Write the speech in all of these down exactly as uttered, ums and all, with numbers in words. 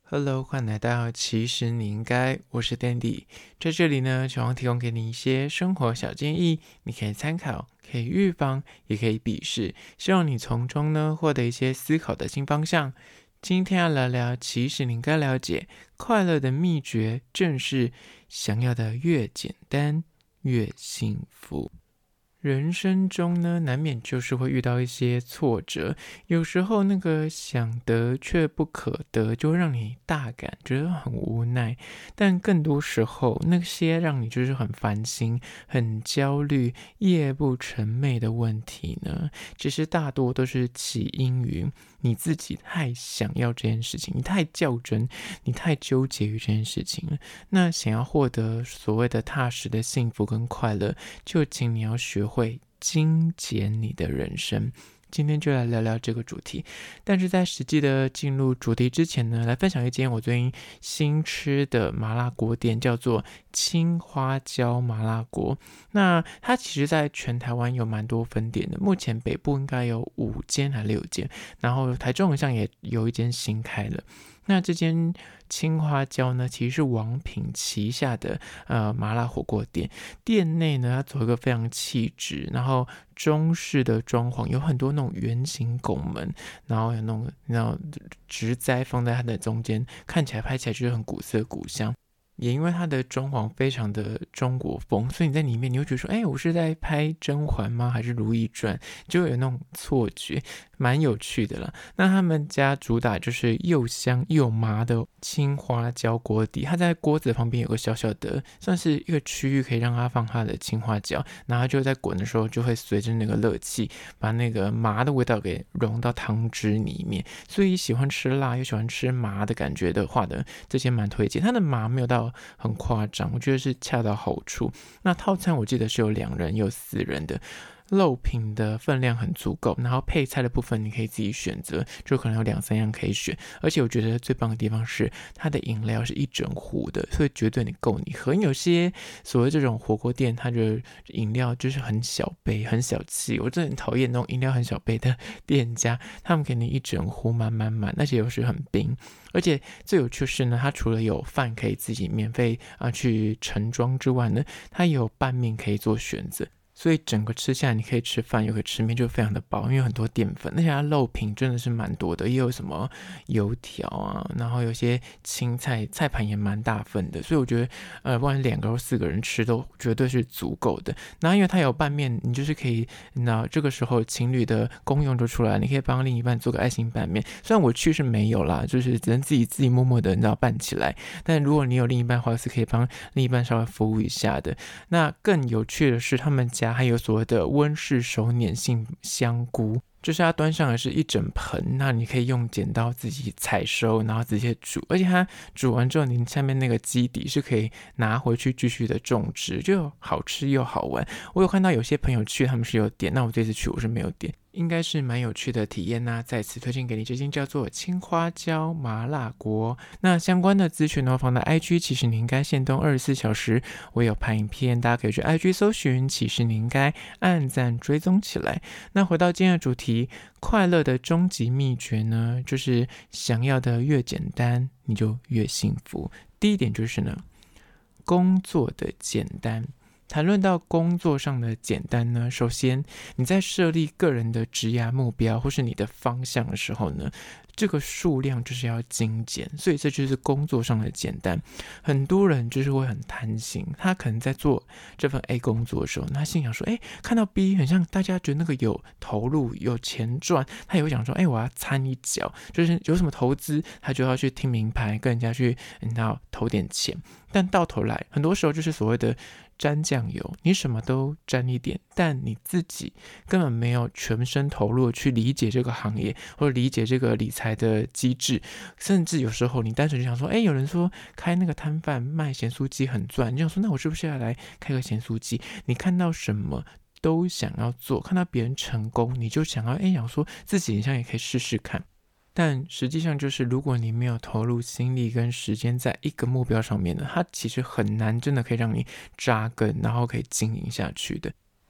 Hello，欢迎来到其实你应该，我是 Dandy，在这里呢，希望提供给你一些生活小建议，你可以参考，可以预防，也可以鄙视，希望你从中呢获得一些思考的新方向。今天要聊聊，其实你应该了解，快乐的秘诀正是想要的越简单越幸福。人生中呢，难免就是会遇到一些挫折，有时候那个想得却不可得，就会让你大感觉得很无奈。但更多时候，那些让你就是很烦心、很焦虑、夜不成寐的问题呢，其实大多都是起因于你自己太想要这件事情，你太较真，你太纠结于这件事情了。那想要获得所谓的踏实的幸福跟快乐，就请你要学会精简你的人生。今天就来聊聊这个主题，但是在实际的进入主题之前呢，来分享一间我最近新吃的麻辣锅店，叫做青花椒麻辣锅。那它其实在全台湾有蛮多分店的，目前北部应该有五间还六间，然后台中好像也有一间新开了。那这间青花椒呢，其实是王品旗下的呃麻辣火锅店。店内呢，它走一个非常气质，然后中式的装潢，有很多那种圆形拱门，然后有那种然后植栽放在它的中间，看起来拍起来就是很古色古香。也因为它的装潢非常的中国风，所以你在里面你会觉得说，哎，我是在拍甄嬛吗？还是如懿传？就会有那种错觉，蛮有趣的啦。那他们家主打就是又香又麻的青花椒锅底，它在锅子旁边有个小小的，算是一个区域可以让它放它的青花椒，然后它就在滚的时候就会随着那个热气把那个麻的味道给融到汤汁里面。所以喜欢吃辣又喜欢吃麻的感觉的话呢，这些蛮推荐。它的麻没有到很夸张，我觉得是恰到好处。那套餐我记得是有两人有四人的，肉品的分量很足够，然后配菜的部分你可以自己选择，就可能有两三样可以选。而且我觉得最棒的地方是它的饮料是一整壶的，所以绝对你够你喝。有些所谓这种火锅店，它的饮料就是很小杯很小气，我真的很讨厌那种饮料很小杯的店家，他们给你一整壶满满满，而且有时很冰。而且最有趣的是呢，它除了有饭可以自己免费啊去盛装之外呢，它也有拌面可以做选择。所以整个吃下来，你可以吃饭又可以吃面，就非常的饱，因为有很多淀粉，而且它肉品真的是蛮多的，也有什么油条啊，然后有些青菜，菜盘也蛮大份的，所以我觉得，呃，不管两个或四个人吃都绝对是足够的。然后因为它有拌面，你就是可以，那这个时候情侣的功用就出来，你可以帮另一半做个爱心拌面。虽然我去是没有啦，就是只能自己自己默默的，你知道拌起来。但如果你有另一半的话，是可以帮另一半稍微服务一下的。那更有趣的是，他们家还有所谓的温室手捻杏香菇，就是它端上来是一整盆，那你可以用剪刀自己采收，然后直接煮，而且它煮完之后，你下面那个基底是可以拿回去继续的种植，就好吃又好玩。我有看到有些朋友去，他们是有点，那我这次去我是没有点。应该是蛮有趣的体验呐、啊，在此推荐给你这间叫做青花椒麻辣锅。那相关的资讯呢，放在 I G， 其实你应该限动二十四小时，我有拍影片，大家可以去 I G 搜寻，其实你应该按赞追踪起来。那回到今天的主题，快乐的终极秘诀呢，就是想要的越简单，你就越幸福。第一点就是呢，工作的简单。谈论到工作上的简单呢，首先你在设立个人的职业目标或是你的方向的时候呢，这个数量就是要精简，所以这就是工作上的简单。很多人就是会很贪心，他可能在做这份 A 工作的时候，他心想说，哎，看到 B 很像大家觉得那个有投入有钱赚，他也会想说，哎，我要掺一脚，就是有什么投资他就要去听名牌，跟人家去你知道投点钱。但到头来很多时候就是所谓的沾酱油，你什么都沾一点，但你自己根本没有全身投入去理解这个行业或者理解这个理财的机制。甚至有时候你单纯就想说，哎，有人说开那个摊贩卖咸酥鸡很赚，你想说那我是不是要来开个咸酥鸡？你看到什么都想要做，看到别人成功你就想要，哎，想说自己好像也可以试试看。但实际上就是如果你没有投入心力跟时间在一个目标上面呢，它其实很难真的可以让你扎根然后可以经营下去的。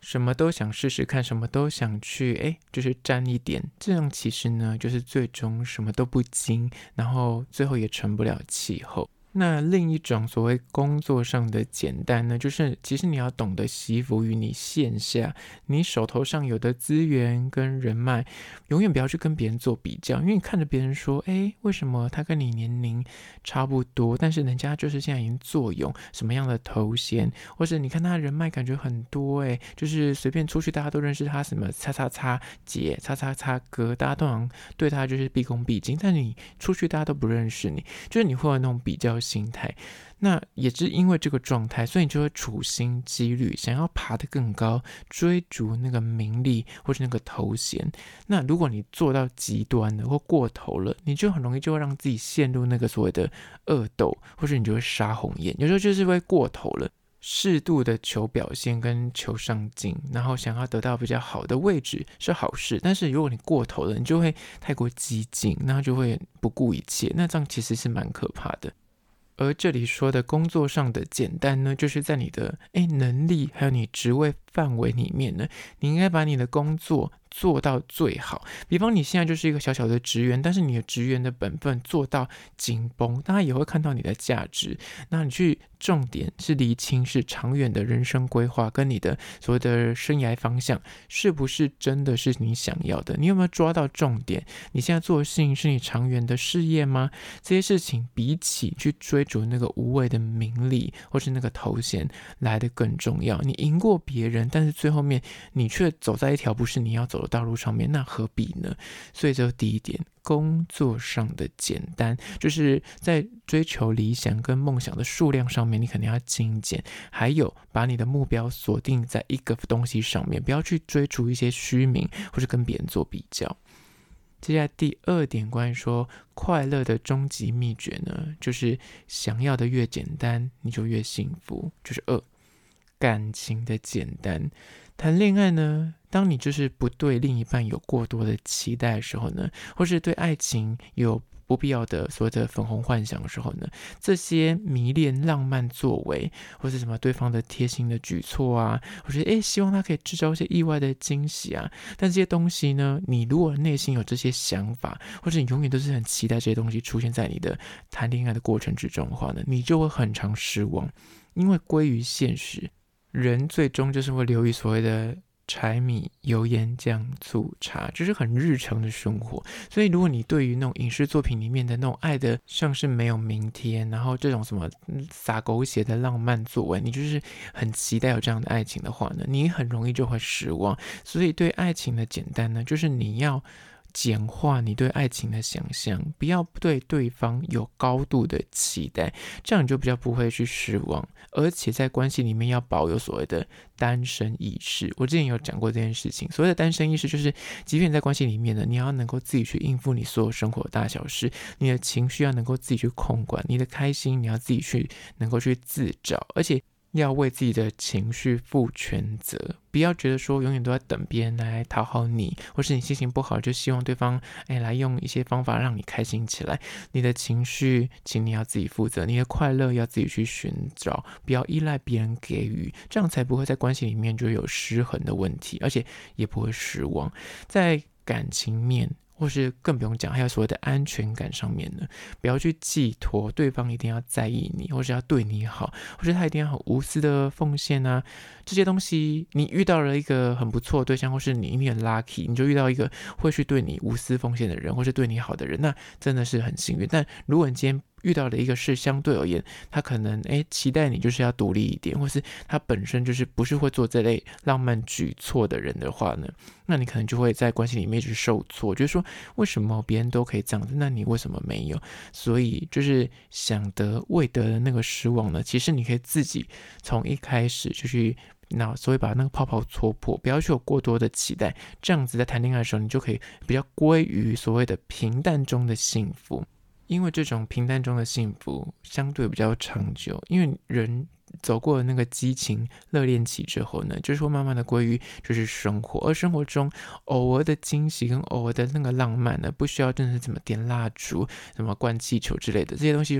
什么都想试试看，什么都想去，哎，就是沾一点，这样其实呢，就是最终什么都不精，然后最后也成不了气候。那另一种所谓工作上的简单呢，就是其实你要懂得惜福于你线下，你手头上有的资源跟人脉，永远不要去跟别人做比较，因为你看着别人说，哎，为什么他跟你年龄差不多，但是人家就是现在已经坐拥什么样的头衔，或者你看他人脉感觉很多，哎，就是随便出去大家都认识他什么叉叉叉姐、叉叉叉哥，大家都好像对他就是毕恭毕敬，但你出去大家都不认识你，就是你会有那种比较心态。那也是因为这个状态，所以你就会处心积虑想要爬得更高，追逐那个名利或是那个头衔。那如果你做到极端了或过头了，你就很容易就会让自己陷入那个所谓的恶斗，或是你就会杀红眼，有时候就是会过头了。适度的求表现跟求上进，然后想要得到比较好的位置是好事，但是如果你过头了，你就会太过激进，那就会不顾一切，那这样其实是蛮可怕的。而这里说的工作上的简单呢，就是在你的诶能力还有你职位范围里面呢，你应该把你的工作做到最好。比方你现在就是一个小小的职员，但是你的职员的本分做到紧绷，大家也会看到你的价值。那你去重点是厘清是长远的人生规划跟你的所谓的生涯方向是不是真的是你想要的，你有没有抓到重点，你现在做的事情是你长远的事业吗？这些事情比起去追逐那个无谓的名利或是那个头衔来得更重要。你赢过别人，但是最后面你却走在一条不是你要走的道路上面，那何必呢？所以这第一点，工作上的简单，就是在追求理想跟梦想的数量上面，你肯定要精简，还有把你的目标锁定在一个东西上面，不要去追逐一些虚名或是跟别人做比较。接下来第二点，关于说快乐的终极秘诀呢，就是想要的越简单，你就越幸福。就是二，感情的简单。谈恋爱呢，当你就是不对另一半有过多的期待的时候呢，或是对爱情有不必要的所谓的粉红幻想的时候呢，这些迷恋浪漫作为，或是什么对方的贴心的举措啊，或是诶希望他可以制造一些意外的惊喜啊，但这些东西呢，你如果内心有这些想法，或者你永远都是很期待这些东西出现在你的谈恋爱的过程之中的话呢，你就会很常失望，因为归于现实，人最终就是会流于所谓的柴米油盐酱醋茶，就是很日常的生活。所以如果你对于那种影视作品里面的那种爱的像是没有明天，然后这种什么撒狗血的浪漫作为，你就是很期待有这样的爱情的话呢，你很容易就会失望。所以对爱情的简单呢，就是你要简化你对爱情的想象，不要对对方有高度的期待，这样你就比较不会去失望。而且在关系里面要保有所谓的单身意识，我之前有讲过这件事情。所谓的单身意识就是，即便在关系里面呢，你要能够自己去应付你所有生活的大小事，你的情绪要能够自己去控管，你的开心你要自己去能够去自找，而且要为自己的情绪负全责，不要觉得说永远都在等别人来讨好你，或是你心情不好就希望对方哎来用一些方法让你开心起来。你的情绪请你要自己负责，你的快乐要自己去寻找，不要依赖别人给予，这样才不会在关系里面就有失衡的问题，而且也不会失望。在感情面或是更不用讲，还有所谓的安全感上面呢，不要去寄托对方一定要在意你，或是要对你好，或是他一定要很无私的奉献啊，这些东西你遇到了一个很不错的对象，或是你一定很 lucky， 你就遇到一个会去对你无私奉献的人，或是对你好的人，那真的是很幸运。但如果你今天遇到的一个是相对而言，他可能诶期待你就是要独立一点，或是他本身就是不是会做这类浪漫举措的人的话呢，那你可能就会在关系里面一直受挫，就是说为什么别人都可以这样子，那你为什么没有？所以就是想得未得的那个失望呢，其实你可以自己从一开始就去那所以把那个泡泡戳破，不要去有过多的期待，这样子在谈恋爱的时候，你就可以比较归于所谓的平淡中的幸福。因为这种平淡中的幸福相对比较长久，因为人走过了那个激情热恋期之后呢，就是会慢慢的归于就是生活，而生活中偶尔的惊喜跟偶尔的那个浪漫呢，不需要真的是怎么点蜡烛、什么灌气球之类的，这些东西就是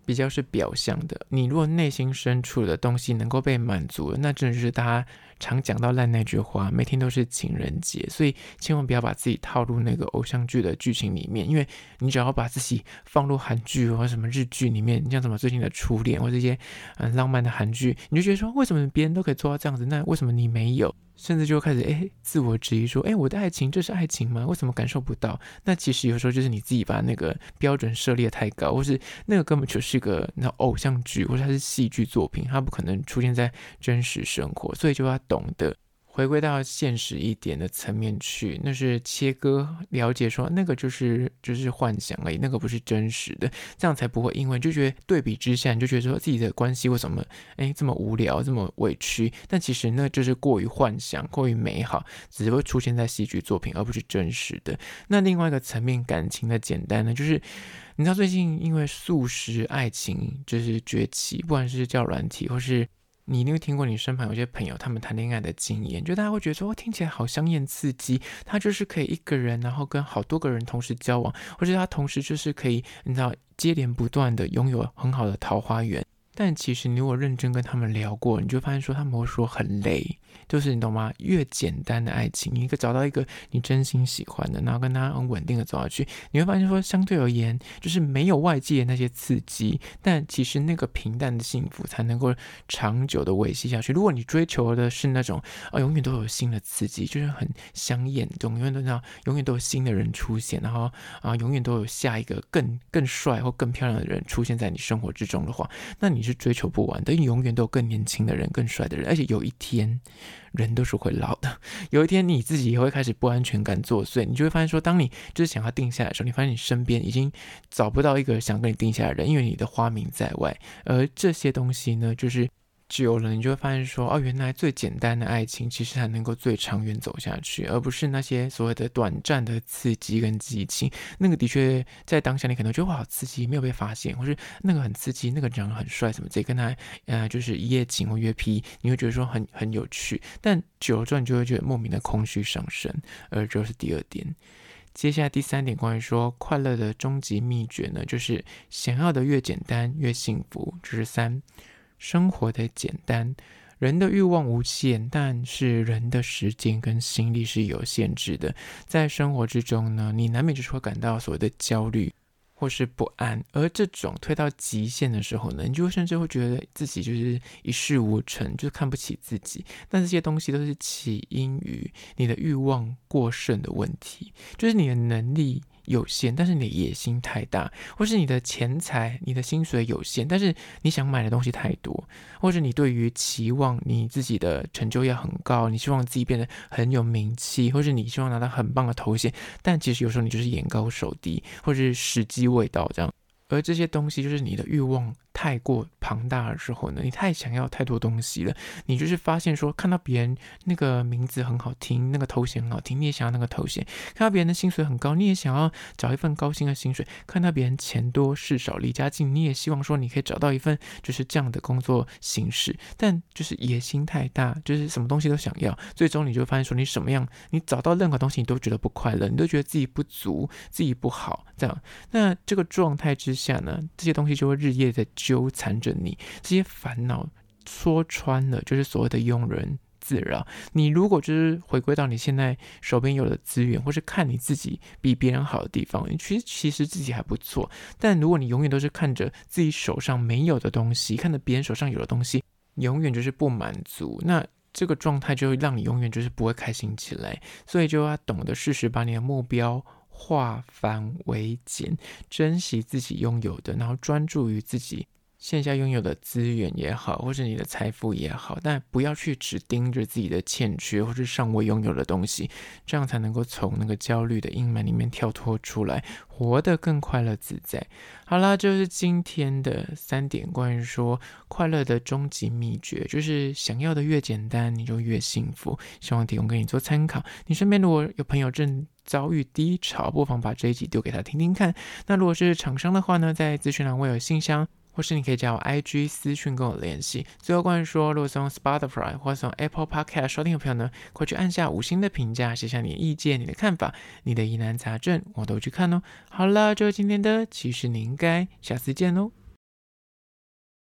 比较是表象的。你如果内心深处的东西能够被满足了，那真的就是大家常讲到烂那句话，每天都是情人节。所以千万不要把自己套入那个偶像剧的剧情里面，因为你只要把自己放入韩剧或什么日剧里面，像什么最近的初恋或这些嗯浪漫的韩剧，你就觉得说为什么别人都可以做到这样子，那为什么你没有？甚至就开始哎自我质疑说，哎，我的爱情这是爱情吗？为什么感受不到？那其实有时候就是你自己把那个标准设立得太高，或是那个根本就是个那偶像剧，或者它是戏剧作品，它不可能出现在真实生活，所以就要懂得回归到现实一点的层面去，那是切割了解说那个就是就是幻想而已，那个不是真实的，这样才不会因为就觉得对比之下，你就觉得说自己的关系为什么哎这么无聊这么委屈，但其实那就是过于幻想过于美好，只会出现在戏剧作品而不是真实的。那另外一个层面感情的简单呢，就是你知道最近因为速食爱情就是崛起，不管是叫软体或是你一定会听过你身旁有些朋友他们谈恋爱的经验，就大家会觉得说、哦、听起来好香艳刺激，他就是可以一个人然后跟好多个人同时交往，或者他同时就是可以你知道接连不断的拥有很好的桃花源。但其实你如果认真跟他们聊过，你就发现说他们会说很累，就是你懂吗？越简单的爱情，你找到一个你真心喜欢的，然后跟他很稳定的走下去，你会发现说相对而言就是没有外界的那些刺激，但其实那个平淡的幸福才能够长久的维系下去。如果你追求的是那种啊永远都有新的刺激，就是很香艳，永远都那永远都有新的人出现，然后啊永远都有下一个更更帅或更漂亮的人出现在你生活之中的话，那你是追求不完的，因为永远都有更年轻的人更帅的人，而且有一天人都是会老的，有一天你自己也会开始不安全感作祟，你就会发现说当你就是想要定下来的时候，你发现你身边已经找不到一个想跟你定下来的人，因为你的花名在外。而这些东西呢，就是久了你就会发现说哦，原来最简单的爱情其实才能够最长远走下去，而不是那些所谓的短暂的刺激跟激情。那个的确在当下你可能觉得哇好刺激，没有被发现，或是那个很刺激，那个长得很帅什么直接跟他呃就是一夜情或约劈，你会觉得说很很有趣，但久了之后你就会觉得莫名的空虚上升。而这是第二点。接下来第三点，关于说快乐的终极秘诀呢，就是想要的越简单越幸福。这是三，生活的简单。人的欲望无限，但是人的时间跟心力是有限制的。在生活之中呢，你难免就是会感到所谓的焦虑或是不安，而这种推到极限的时候呢，你就甚至会觉得自己就是一事无成，就是看不起自己。但这些东西都是起因于你的欲望过剩的问题，就是你的能力有限，但是你的野心太大，或是你的钱财你的薪水有限，但是你想买的东西太多，或是你对于期望你自己的成就要很高，你希望自己变得很有名气，或是你希望拿到很棒的头衔，但其实有时候你就是眼高手低，或是时机未到这样。而这些东西就是你的欲望太过庞大的时候呢，你太想要太多东西了，你就是发现说看到别人那个名字很好听，那个头衔很好听，你也想要那个头衔，看到别人的薪水很高，你也想要找一份高薪的薪水，看到别人钱多事少离家近，你也希望说你可以找到一份就是这样的工作形式，但就是野心太大，就是什么东西都想要，最终你就发现说你什么样你找到任何东西你都觉得不快乐，你都觉得自己不足自己不好这样。那这个状态之下呢，这些东西就会日夜的纠缠着你，这些烦恼说穿了就是所谓的庸人自扰。你如果就是回归到你现在手边有的资源，或是看你自己比别人好的地方，你其实其实自己还不错，但如果你永远都是看着自己手上没有的东西，看着别人手上有的东西，永远就是不满足，那这个状态就会让你永远就是不会开心起来。所以就要懂得适时把你的目标化繁为简，珍惜自己拥有的，然后专注于自己线下拥有的资源也好，或是你的财富也好，但不要去只盯着自己的欠缺或是尚未拥有的东西，这样才能够从那个焦虑的阴霾里面跳脱出来，活得更快乐自在。好啦，这就是今天的三点关于说快乐的终极秘诀，就是想要的越简单你就越幸福，希望提供给你做参考。你身边如果有朋友正遭遇低潮，不妨把这一集丢给他听听看。那如果是厂商的话呢，在资讯栏我有信箱，或是你可以加我 I G 私讯跟我联系。最后关于说，如果是用 Spotify 或是用 Apple Podcast 收听的朋友呢，快去按下五星的评价，写下你的意见、你的看法、你的疑难杂症，我都去看哦。好了，就是今天的，其实你应该下次见哦。